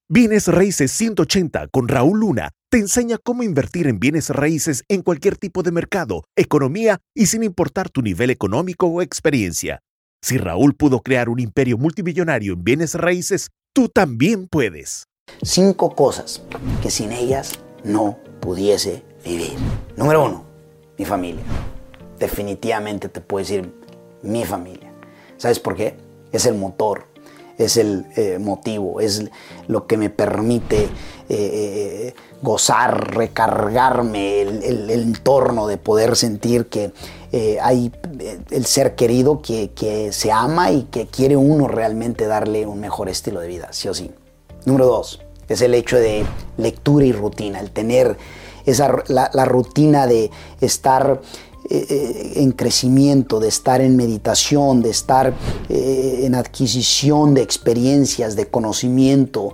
Bienes Raíces 180 con Raúl Luna te enseña cómo invertir en bienes raíces en cualquier tipo de mercado, economía y sin importar tu nivel económico o experiencia. Si Raúl pudo crear un imperio multimillonario en bienes raíces, tú también puedes. 5 cosas que sin ellas no pudiese vivir. Número 1, mi familia. Definitivamente te puedo decir mi familia. ¿Sabes por qué? Es el motor, es el motivo, es lo que me permite gozar, recargarme, el entorno de poder sentir que hay el ser querido que se ama y que quiere uno realmente darle un mejor estilo de vida, sí o sí. Número 2, es el hecho de lectura y rutina, el tener la rutina de estar en crecimiento, de estar en meditación, de estar en adquisición de experiencias, de conocimiento,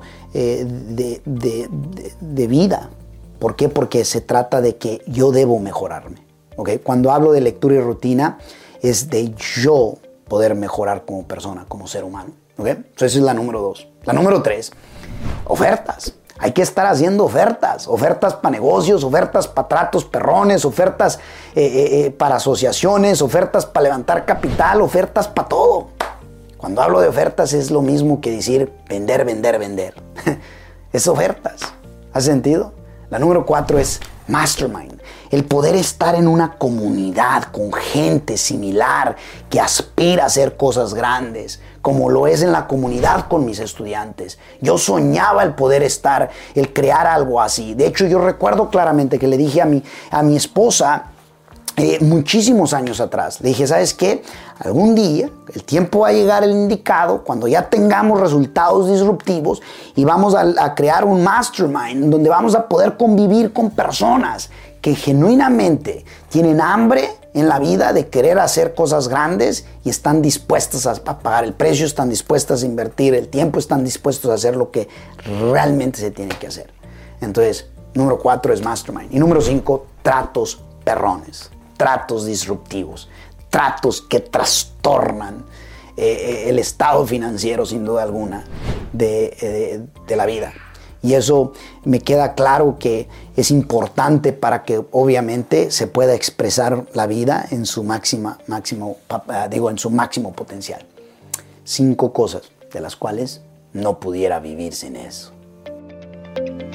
de vida. ¿Por qué? Porque se trata de que yo debo mejorarme. ¿Okay? Cuando hablo de lectura y rutina, es de yo poder mejorar como persona, como ser humano. ¿Okay? Entonces esa es la número 2. La número 3, ofertas. Hay que estar haciendo ofertas para negocios, ofertas para tratos perrones, ofertas para asociaciones, ofertas para levantar capital, ofertas para todo. Cuando hablo de ofertas es lo mismo que decir vender, vender, vender. Es ofertas. ¿Hace sentido? La número 4 es mastermind. El poder estar en una comunidad con gente similar que aspira a hacer cosas grandes, como lo es en la comunidad con mis estudiantes. Yo soñaba el poder estar, el crear algo así. De hecho, yo recuerdo claramente que le dije a mi esposa muchísimos años atrás, le dije, ¿sabes qué? Algún día el tiempo va a llegar el indicado cuando ya tengamos resultados disruptivos y vamos a crear un mastermind donde vamos a poder convivir con personas que genuinamente tienen hambre en la vida de querer hacer cosas grandes y están dispuestas a pagar el precio, están dispuestas a invertir el tiempo, están dispuestos a hacer lo que realmente se tiene que hacer. Entonces, número 4 es mastermind. Y número 5, tratos perrones, tratos disruptivos, tratos que trastornan el estado financiero, sin duda alguna, de la vida. Y eso me queda claro que es importante para que obviamente se pueda expresar la vida en su máximo potencial. 5 cosas de las cuales no pudiera vivir sin eso.